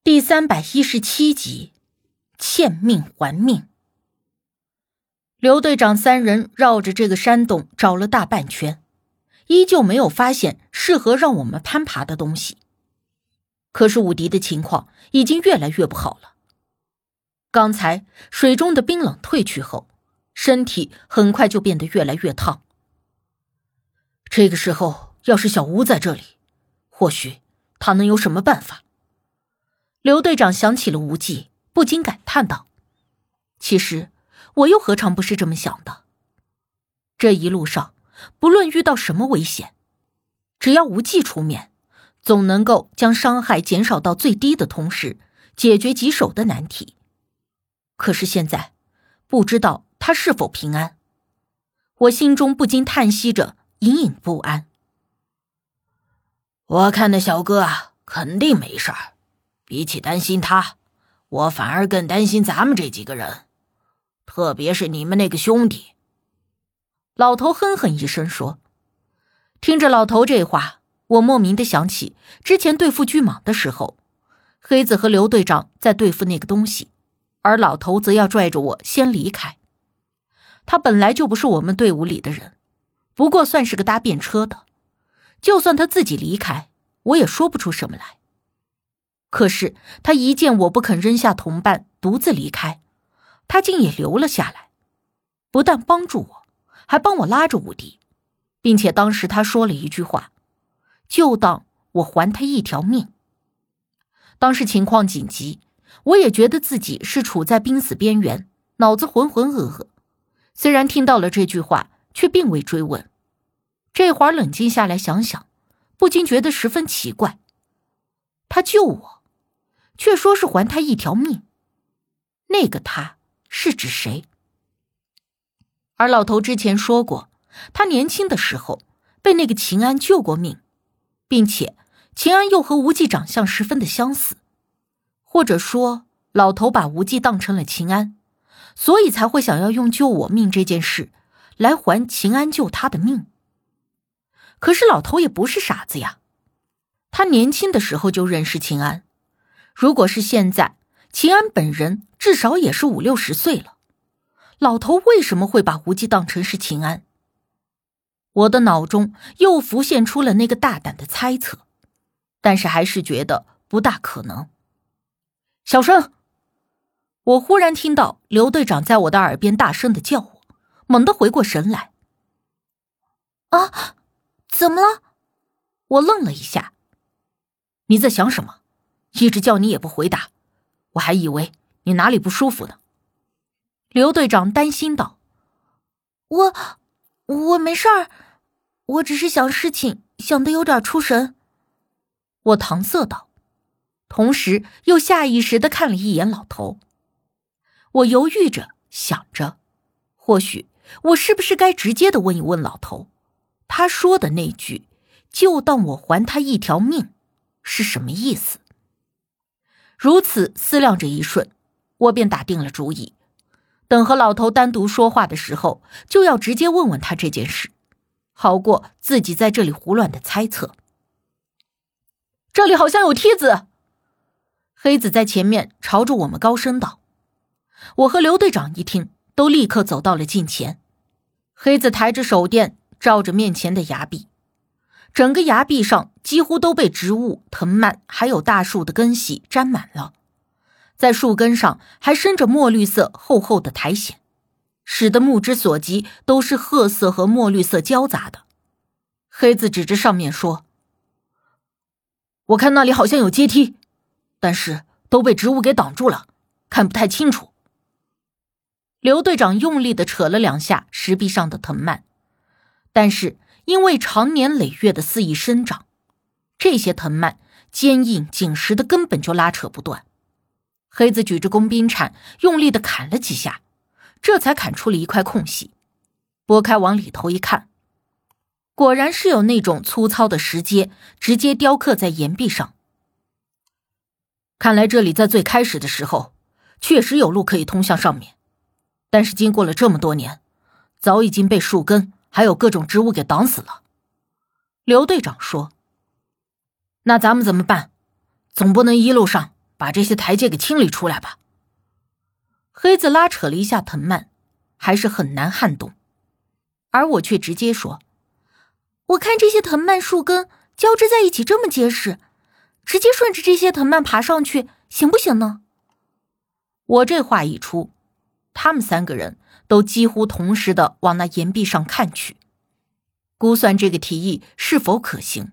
第317集，欠命还命。刘队长三人绕着这个山洞找了大半圈，依旧没有发现适合让我们攀爬的东西。可是武迪的情况已经越来越不好了。刚才水中的冰冷退去后，身体很快就变得越来越烫。这个时候要是小吴在这里，或许他能有什么办法。刘队长想起了无忌，不禁感叹道：其实我又何尝不是这么想的。这一路上不论遇到什么危险，只要无忌出面，总能够将伤害减少到最低的同时解决棘手的难题。可是现在不知道他是否平安，我心中不禁叹息着，隐隐不安。 我看那小哥啊，肯定没事儿。比起担心他，我反而更担心咱们这几个人，特别是你们那个兄弟。 老头哼哼一声说。听着老头这话，我莫名地想起之前对付巨蟒的时候，黑子和刘队长在对付那个东西，而老头则要拽着我先离开。他本来就不是我们队伍里的人，不过算是个搭便车的，就算他自己离开，我也说不出什么来。可是他一见我不肯扔下同伴独自离开，他竟也留了下来，不但帮助我，还帮我拉着武迪，并且当时他说了一句话，就当我还他一条命。当时情况紧急，我也觉得自己是处在濒死边缘，脑子浑浑噩噩，虽然听到了这句话，却并未追问。这会儿冷静下来想想，不禁觉得十分奇怪，他救我却说是还他一条命，那个他是指谁？而老头之前说过，他年轻的时候被那个秦安救过命，并且秦安又和无忌长相十分的相似，或者说老头把无忌当成了秦安，所以才会想要用救我命这件事来还秦安救他的命。可是老头也不是傻子呀，他年轻的时候就认识秦安，如果是现在，秦安本人至少也是50-60岁了，老头为什么会把无忌当成是秦安？我的脑中又浮现出了那个大胆的猜测，但是还是觉得不大可能。小声！我忽然听到刘队长在我的耳边大声地叫我，猛地回过神来。啊，怎么了？我愣了一下。你在想什么？一直叫你也不回答，我还以为你哪里不舒服呢。刘队长担心道。我没事儿，我只是想事情想得有点出神。我搪塞道，同时又下意识地看了一眼老头。我犹豫着想着，或许我是不是该直接地问一问老头，他说的那句就当我还他一条命是什么意思？如此思量着一瞬，我便打定了主意，等和老头单独说话的时候，就要直接问问他这件事，好过自己在这里胡乱的猜测。这里好像有梯子！黑子在前面朝着我们高声道。我和刘队长一听，都立刻走到了近前。黑子抬着手电照着面前的崖壁，整个崖壁上几乎都被植物、藤蔓还有大树的根系沾满了，在树根上还生着墨绿色厚厚的苔藓，使得目之所及都是褐色和墨绿色交杂的。黑子指着上面说：我看那里好像有阶梯，但是都被植物给挡住了，看不太清楚。刘队长用力地扯了2下石壁上的藤蔓，但是因为长年累月的肆意生长，这些藤蔓坚硬紧实的根本就拉扯不断。黑子举着工兵铲用力地砍了几下，这才砍出了一块空隙，拨开往里头一看，果然是有那种粗糙的石阶直接雕刻在岩壁上。看来这里在最开始的时候确实有路可以通向上面，但是经过了这么多年，早已经被树根还有各种植物给挡死了。刘队长说。那咱们怎么办？总不能一路上把这些台阶给清理出来吧。 黑子拉扯了一下藤蔓，还是很难撼动，而我却直接说，我看这些藤蔓树根交织在一起这么结实，直接顺着这些藤蔓爬上去行不行呢？我这话一出，他们3个人都几乎同时的往那岩壁上看去，估算这个提议是否可行。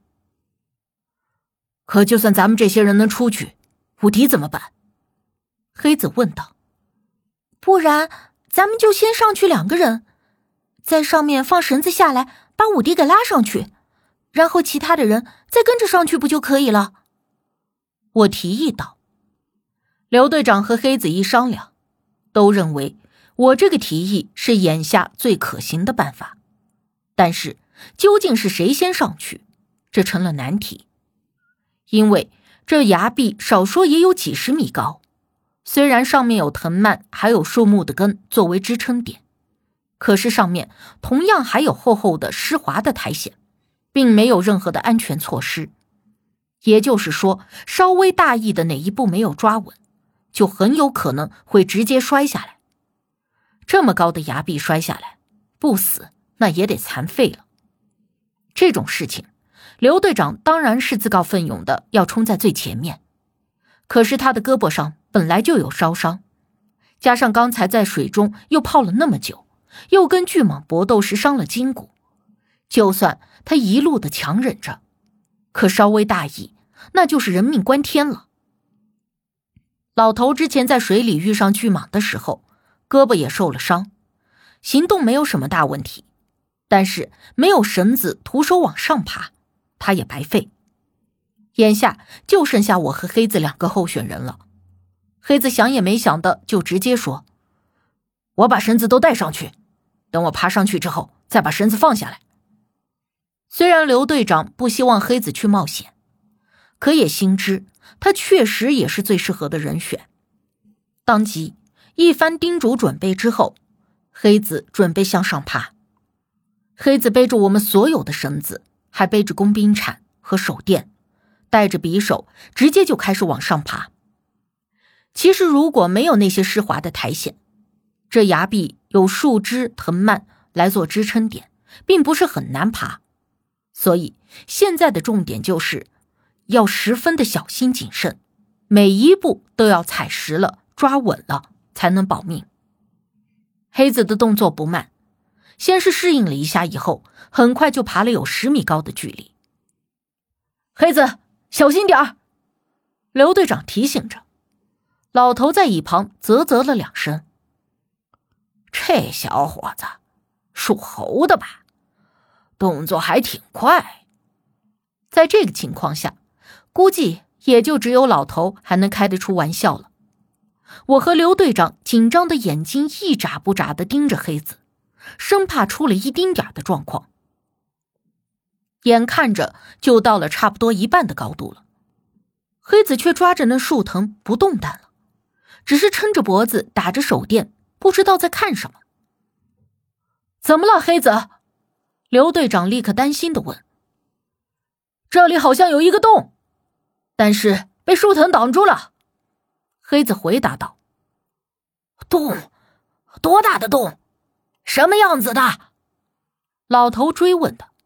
可就算咱们这些人能出去，武迪怎么办？ 黑子问道。不然咱们就先上去2个人，在上面放绳子下来，把武迪给拉上去，然后其他的人再跟着上去不就可以了？我提议道。刘队长和黑子一商量，都认为我这个提议是眼下最可行的办法，但是究竟是谁先上去，这成了难题。因为这崖壁少说也有几十米高，虽然上面有藤蔓还有树木的根作为支撑点，可是上面同样还有厚厚的湿滑的苔藓，并没有任何的安全措施。也就是说，稍微大意的哪一步没有抓稳，就很有可能会直接摔下来。这么高的崖壁摔下来，不死那也得残废了。这种事情，刘队长当然是自告奋勇的要冲在最前面，可是他的胳膊上本来就有烧伤，加上刚才在水中又泡了那么久，又跟巨蟒搏斗时伤了筋骨，就算他一路的强忍着，可稍微大意，那就是人命关天了。老头之前在水里遇上巨蟒的时候，胳膊也受了伤，行动没有什么大问题，但是没有绳子徒手往上爬，他也白费。眼下就剩下我和黑子2个候选人了。黑子想也没想的就直接说，我把绳子都带上去，等我爬上去之后再把绳子放下来。虽然刘队长不希望黑子去冒险，可也心知他确实也是最适合的人选。当即一番叮嘱准备之后，黑子准备向上爬。黑子背着我们所有的绳子，还背着工兵铲和手电，带着匕首，直接就开始往上爬。其实如果没有那些湿滑的苔藓，这崖壁有树枝藤蔓来做支撑点，并不是很难爬。所以现在的重点就是要十分的小心谨慎，每一步都要踩实了抓稳了才能保命。黑子的动作不慢，先是适应了一下以后，很快就爬了有10米高的距离。黑子小心点儿，刘队长提醒着。老头在一旁啧啧了2声。 这小伙子属猴的吧，动作还挺快。 在这个情况下，估计也就只有老头还能开得出玩笑了。我和刘队长紧张的眼睛一眨不眨地盯着黑子，生怕出了一丁点的状况。眼看着就到了差不多一半的高度了，黑子却抓着那树藤不动弹了，只是撑着脖子打着手电，不知道在看什么。怎么了，黑子？刘队长立刻担心地问。这里好像有一个洞，但是被树藤挡住了。黑子回答道。 洞？多大的洞？什么样子的？ 老头追问的。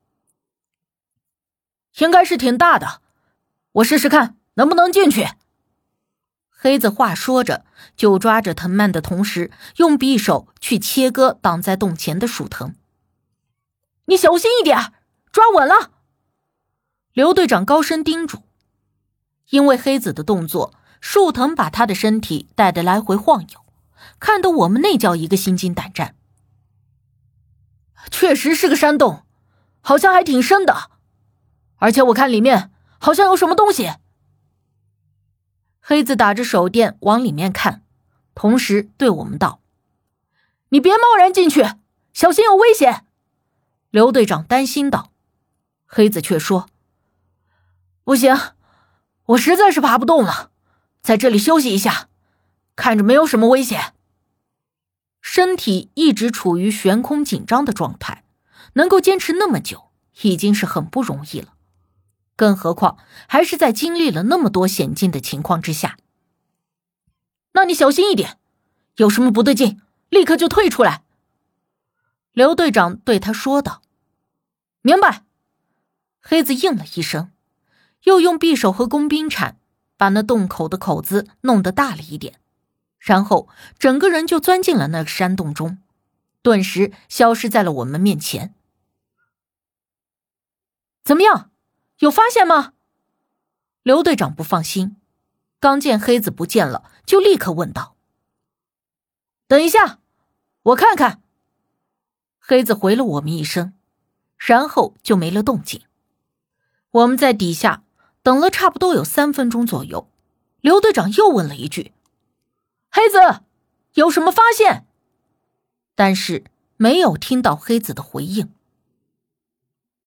应该是挺大的，我试试看能不能进去。黑子话说着，就抓着藤蔓的同时，用匕首去切割挡在洞前的树藤。你小心一点，抓稳了。刘队长高声叮嘱。因为黑子的动作，树藤把他的身体带得来回晃悠，看得我们那叫一个心惊胆战。确实是个山洞，好像还挺深的，而且我看里面好像有什么东西。黑子打着手电往里面看，同时对我们道：你别贸然进去，小心有危险。刘队长担心道。黑子却说：不行，我实在是爬不动了，在这里休息一下，看着没有什么危险。身体一直处于悬空紧张的状态，能够坚持那么久已经是很不容易了，更何况还是在经历了那么多险境的情况之下。 那你小心一点，有什么不对劲，立刻就退出来。刘队长对他说道。明白。黑子应了一声，又用匕首和工兵铲把那洞口的口子弄得大了一点，然后整个人就钻进了那个山洞中，顿时消失在了我们面前。怎么样，有发现吗？刘队长不放心，刚见黑子不见了，就立刻问道。等一下，我看看。黑子回了我们一声，然后就没了动静。我们在底下等了差不多有3分钟左右，刘队长又问了一句：黑子，有什么发现？但是没有听到黑子的回应。